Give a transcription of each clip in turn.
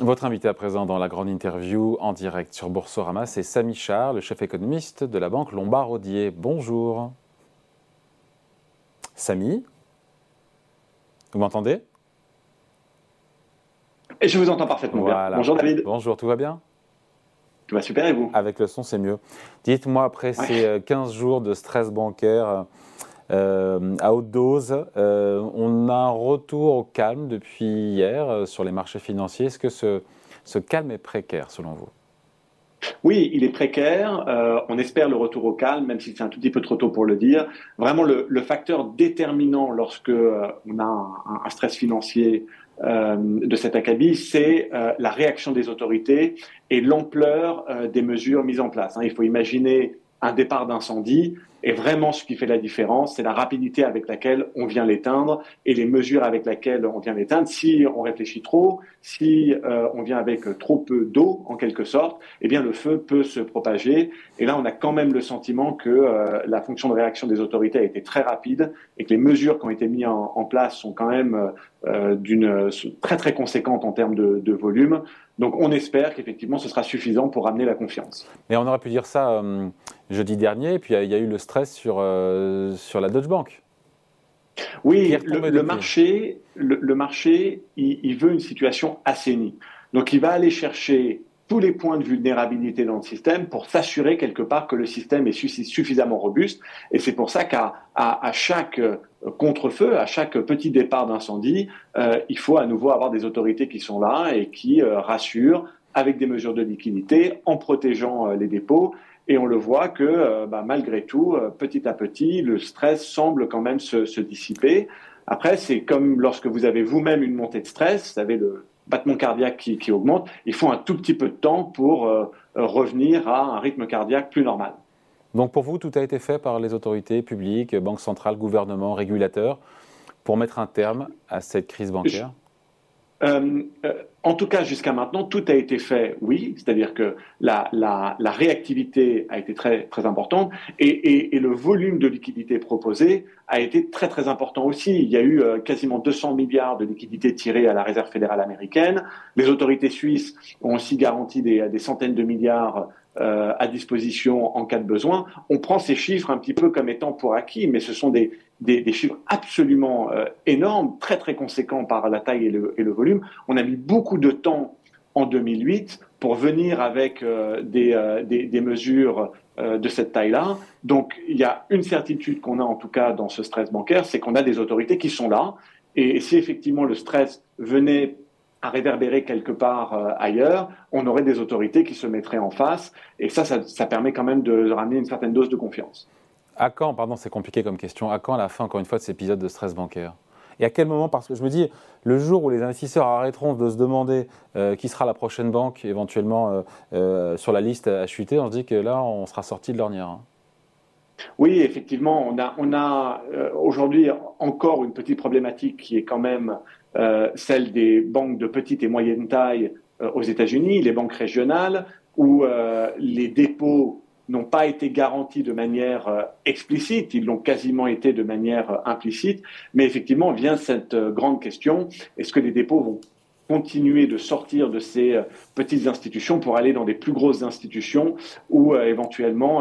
Votre invité à présent dans la grande interview en direct sur Boursorama, c'est Samy Char, le chef économiste de la banque Lombard-Odier. Bonjour. Samy, vous m'entendez? Et je vous entends parfaitement bien. Voilà. Bonjour David. Bonjour, tout va bien? Tout va super et vous? Avec le son, c'est mieux. Dites-moi, après ces 15 jours de stress bancaire à haute dose, on a un retour au calme depuis hier sur les marchés financiers. Est-ce que ce calme est précaire selon vous? Oui, il est précaire. On espère le retour au calme, même si c'est un tout petit peu trop tôt pour le dire. Vraiment, le facteur déterminant lorsque on a un stress financier de cet acabit, c'est la réaction des autorités et l'ampleur des mesures mises en place. Il faut imaginer un départ d'incendie. Et vraiment, ce qui fait la différence, c'est la rapidité avec laquelle on vient l'éteindre et les mesures avec lesquelles on vient l'éteindre. Si on réfléchit trop, si on vient avec trop peu d'eau, en quelque sorte, eh bien le feu peut se propager. Et là, on a quand même le sentiment que la fonction de réaction des autorités a été très rapide et que les mesures qui ont été mises en place sont quand même d'une très très conséquente en termes de volume. Donc on espère qu'effectivement ce sera suffisant pour ramener la confiance. Mais on aurait pu dire ça jeudi dernier, et puis il y a eu le stress sur la Deutsche Bank. Oui, le marché, il veut une situation assainie. Donc il va aller chercher tous les points de vulnérabilité dans le système pour s'assurer quelque part que le système est suffisamment robuste. Et c'est pour ça qu'à chaque contre-feu, à chaque petit départ d'incendie, il faut à nouveau avoir des autorités qui sont là et qui rassurent avec des mesures de liquidité, en protégeant les dépôts. Et on le voit que malgré tout, petit à petit, le stress semble quand même se dissiper. Après, c'est comme lorsque vous avez vous-même une montée de stress, vous avez le battement cardiaque qui augmente, il faut un tout petit peu de temps pour revenir à un rythme cardiaque plus normal. Donc pour vous, tout a été fait par les autorités publiques, banques centrales, gouvernements, régulateurs, pour mettre un terme à cette crise bancaire? En tout cas, jusqu'à maintenant, tout a été fait, oui, c'est-à-dire que la réactivité a été très, très importante et le volume de liquidités proposé a été très, très important aussi. Il y a eu quasiment 200 milliards de liquidités tirées à la Réserve fédérale américaine. Les autorités suisses ont aussi garanti des centaines de milliards à disposition en cas de besoin. On prend ces chiffres un petit peu comme étant pour acquis, mais ce sont des chiffres absolument énormes, très très conséquents par la taille et le volume. On a mis beaucoup de temps en 2008 pour venir avec des mesures de cette taille-là. Donc il y a une certitude qu'on a en tout cas dans ce stress bancaire, c'est qu'on a des autorités qui sont là. Et si effectivement le stress venait à réverbérer quelque part ailleurs, on aurait des autorités qui se mettraient en face. Et ça permet quand même de ramener une certaine dose de confiance. À quand, pardon, c'est compliqué comme question, à quand la fin, encore une fois, de cet épisode de stress bancaire? Et à quel moment? Parce que je me dis, le jour où les investisseurs arrêteront de se demander qui sera la prochaine banque éventuellement sur la liste à chuter, on se dit que là, on sera sorti de l'ornière. Oui, effectivement, on a aujourd'hui encore une petite problématique qui est quand même celle des banques de petite et moyenne taille aux États-Unis, les banques régionales, où les dépôts n'ont pas été garantis de manière explicite, ils l'ont quasiment été de manière implicite, mais effectivement vient cette grande question, est-ce que les dépôts vont continuer de sortir de ces petites institutions pour aller dans des plus grosses institutions où éventuellement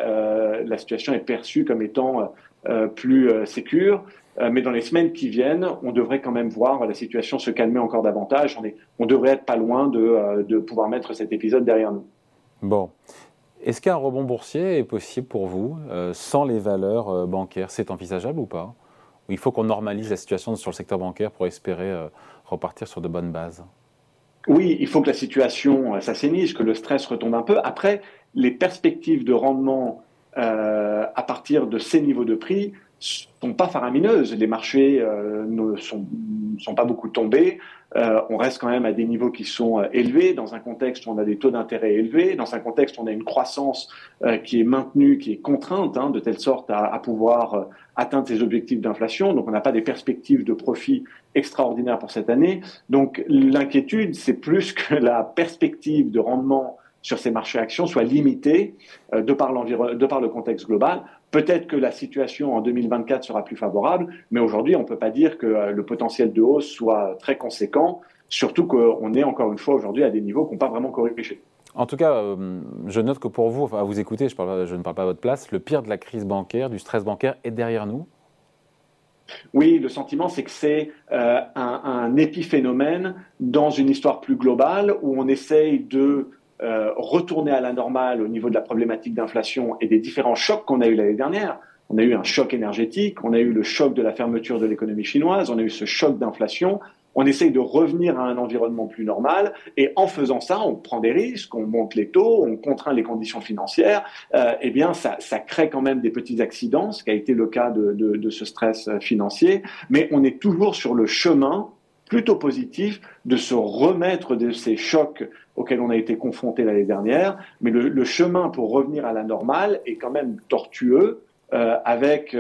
la situation est perçue comme étant plus sécure. Mais dans les semaines qui viennent, on devrait quand même voir la situation se calmer encore davantage. On devrait être pas loin de pouvoir mettre cet épisode derrière nous. Bon. Est-ce qu'un rebond boursier est possible pour vous sans les valeurs bancaires? C'est envisageable ou pas? Ou il faut qu'on normalise la situation sur le secteur bancaire pour espérer repartir sur de bonnes bases? Oui, il faut que la situation s'assainisse, que le stress retombe un peu. Après, les perspectives de rendement à partir de ces niveaux de prix sont pas faramineuses. Les marchés ne sont pas beaucoup tombés. On reste quand même à des niveaux qui sont élevés, dans un contexte où on a des taux d'intérêt élevés, dans un contexte où on a une croissance qui est maintenue, qui est contrainte, de telle sorte à pouvoir atteindre ses objectifs d'inflation. Donc on n'a pas des perspectives de profit extraordinaires pour cette année. Donc l'inquiétude, c'est plus que la perspective de rendement sur ces marchés actions soit limitée de par le contexte global. Peut-être que la situation en 2024 sera plus favorable, mais aujourd'hui, on ne peut pas dire que le potentiel de hausse soit très conséquent. surtout qu'on est encore une fois aujourd'hui à des niveaux qui n'ont pas vraiment corrigé. En tout cas, je note que pour vous, enfin, à vous écouter, je ne parle pas à votre place, le pire de la crise bancaire, du stress bancaire est derrière nous. Oui, le sentiment, c'est que c'est un épiphénomène dans une histoire plus globale où on essaye de retourner à la normale au niveau de la problématique d'inflation et des différents chocs qu'on a eu l'année dernière. On a eu un choc énergétique, on a eu le choc de la fermeture de l'économie chinoise, on a eu ce choc d'inflation. On essaye de revenir à un environnement plus normal et en faisant ça, on prend des risques, on monte les taux, on contraint les conditions financières. Eh bien, ça crée quand même des petits accidents, ce qui a été le cas de ce stress financier. Mais on est toujours sur le chemin plutôt positif de se remettre de ces chocs auxquels on a été confronté l'année dernière. Mais le chemin pour revenir à la normale est quand même tortueux avec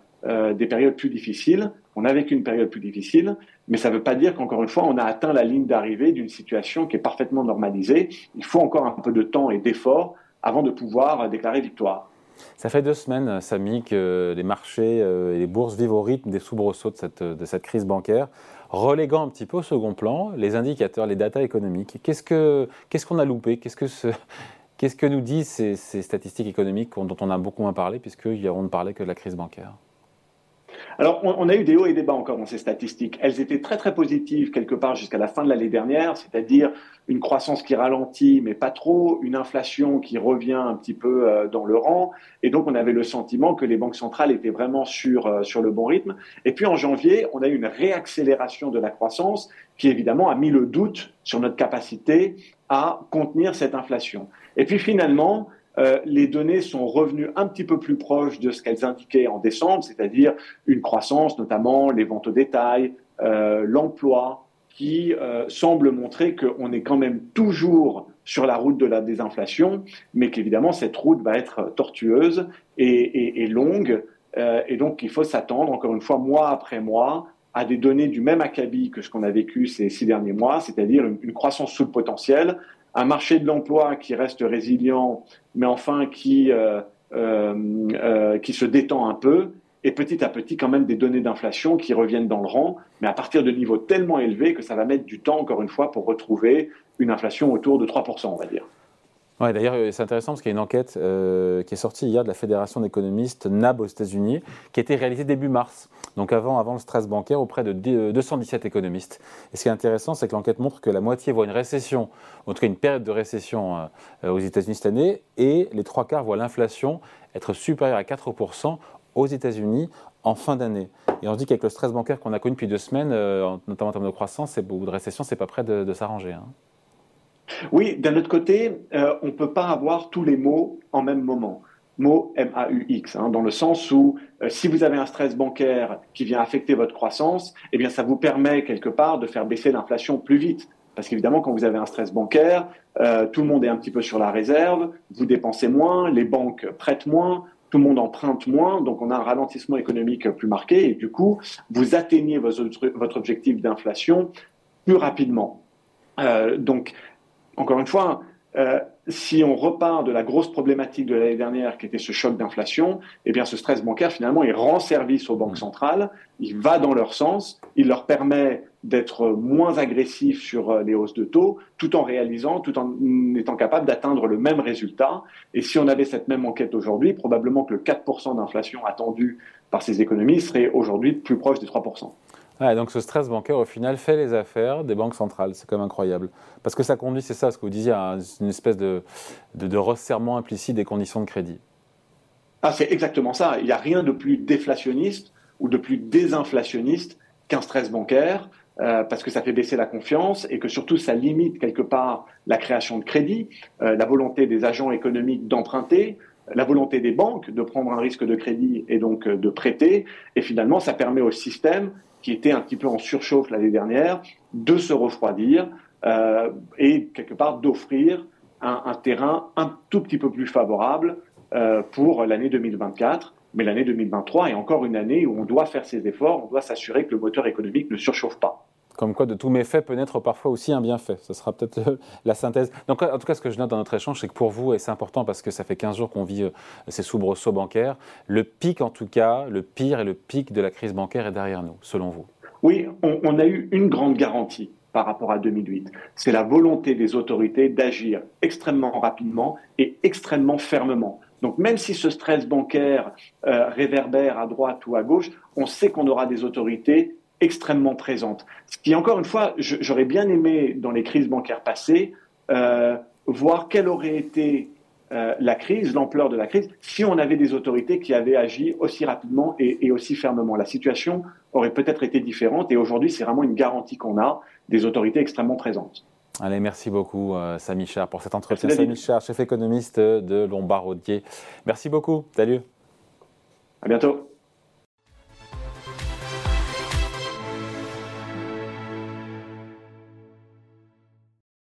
des périodes plus difficiles. On a vécu une période plus difficile, mais ça ne veut pas dire qu'encore une fois, on a atteint la ligne d'arrivée d'une situation qui est parfaitement normalisée. Il faut encore un peu de temps et d'effort avant de pouvoir déclarer victoire. Ça fait 2 semaines, Samy, que les marchés et les bourses vivent au rythme des soubresauts de cette crise bancaire, reléguant un petit peu au second plan les indicateurs, les datas économiques. Qu'est-ce qu'on a loupé ? Qu'est-ce que nous disent ces statistiques économiques dont on a beaucoup moins parlé, puisqu'on ne parlait que de la crise bancaire ? Alors, on a eu des hauts et des bas encore dans ces statistiques. Elles étaient très, très positives quelque part jusqu'à la fin de l'année dernière, c'est-à-dire une croissance qui ralentit, mais pas trop, une inflation qui revient un petit peu dans le rang. Et donc, on avait le sentiment que les banques centrales étaient vraiment sur le bon rythme. Et puis, en janvier, on a eu une réaccélération de la croissance qui, évidemment, a mis le doute sur notre capacité à contenir cette inflation. Et puis, finalement, les données sont revenues un petit peu plus proches de ce qu'elles indiquaient en décembre, c'est-à-dire une croissance, notamment les ventes au détail, l'emploi, qui semble montrer qu'on est quand même toujours sur la route de la désinflation, mais qu'évidemment cette route va être tortueuse et longue, et donc il faut s'attendre, encore une fois, mois après mois, à des données du même acabit que ce qu'on a vécu ces 6 derniers mois, c'est-à-dire une croissance sous le potentiel, un marché de l'emploi qui reste résilient, mais enfin qui se détend un peu, et petit à petit quand même des données d'inflation qui reviennent dans le rang, mais à partir de niveaux tellement élevés que ça va mettre du temps, encore une fois, pour retrouver une inflation autour de 3%, on va dire. Ouais, d'ailleurs, c'est intéressant parce qu'il y a une enquête qui est sortie hier de la Fédération d'économistes NAB aux États-Unis, qui a été réalisée début mars, donc avant le stress bancaire, auprès de 217 économistes. Et ce qui est intéressant, c'est que l'enquête montre que la moitié voit une récession, en tout cas une période de récession aux États-Unis cette année, et les 3/4 voient l'inflation être supérieure à 4% aux États-Unis en fin d'année. Et on se dit qu'avec le stress bancaire qu'on a connu depuis 2 semaines, notamment en termes de croissance ou de récession, c'est pas près de s'arranger. Oui, d'un autre côté, on ne peut pas avoir tous les mots en même moment. Mots MAUX, dans le sens où si vous avez un stress bancaire qui vient affecter votre croissance, eh bien ça vous permet quelque part de faire baisser l'inflation plus vite. Parce qu'évidemment, quand vous avez un stress bancaire, tout le monde est un petit peu sur la réserve, vous dépensez moins, les banques prêtent moins, tout le monde emprunte moins, donc on a un ralentissement économique plus marqué et du coup, vous atteignez votre objectif d'inflation plus rapidement. Donc, encore une fois, si on repart de la grosse problématique de l'année dernière, qui était ce choc d'inflation, eh bien, ce stress bancaire, finalement, il rend service aux banques centrales, il va dans leur sens, il leur permet d'être moins agressifs sur les hausses de taux, tout en étant capable d'atteindre le même résultat. Et si on avait cette même enquête aujourd'hui, probablement que le 4% d'inflation attendu par ces économistes serait aujourd'hui plus proche des 3%. Ouais, donc ce stress bancaire, au final, fait les affaires des banques centrales. C'est quand même incroyable. Parce que ça conduit, c'est ça, ce que vous disiez, à une espèce de resserrement implicite des conditions de crédit. Ah, c'est exactement ça. Il n'y a rien de plus déflationniste ou de plus désinflationniste qu'un stress bancaire, parce que ça fait baisser la confiance et que surtout ça limite quelque part la création de crédit, la volonté des agents économiques d'emprunter, la volonté des banques de prendre un risque de crédit et donc de prêter. Et finalement, ça permet au système, qui était un petit peu en surchauffe l'année dernière, de se refroidir et quelque part d'offrir un terrain un tout petit peu plus favorable pour l'année 2024. Mais l'année 2023 est encore une année où on doit faire ses efforts, on doit s'assurer que le moteur économique ne surchauffe pas. Comme quoi, de tout méfait peut naître parfois aussi un bienfait. Ce sera peut-être la synthèse. Donc, en tout cas, ce que je note dans notre échange, c'est que pour vous, et c'est important parce que ça fait 15 jours qu'on vit ces soubresauts bancaires, le pic, en tout cas, le pire et le pic de la crise bancaire est derrière nous, selon vous. Oui, on a eu une grande garantie par rapport à 2008. C'est la volonté des autorités d'agir extrêmement rapidement et extrêmement fermement. Donc même si ce stress bancaire réverbère à droite ou à gauche, on sait qu'on aura des autorités extrêmement présentes. Ce qui, encore une fois, j'aurais bien aimé, dans les crises bancaires passées, voir quelle aurait été la crise, l'ampleur de la crise, si on avait des autorités qui avaient agi aussi rapidement et aussi fermement. La situation aurait peut-être été différente et aujourd'hui, c'est vraiment une garantie qu'on a des autorités extrêmement présentes. Allez, merci beaucoup Samy Char pour cet entretien. Samy Char, chef économiste de Lombard Odier. Merci beaucoup. Salut. À bientôt.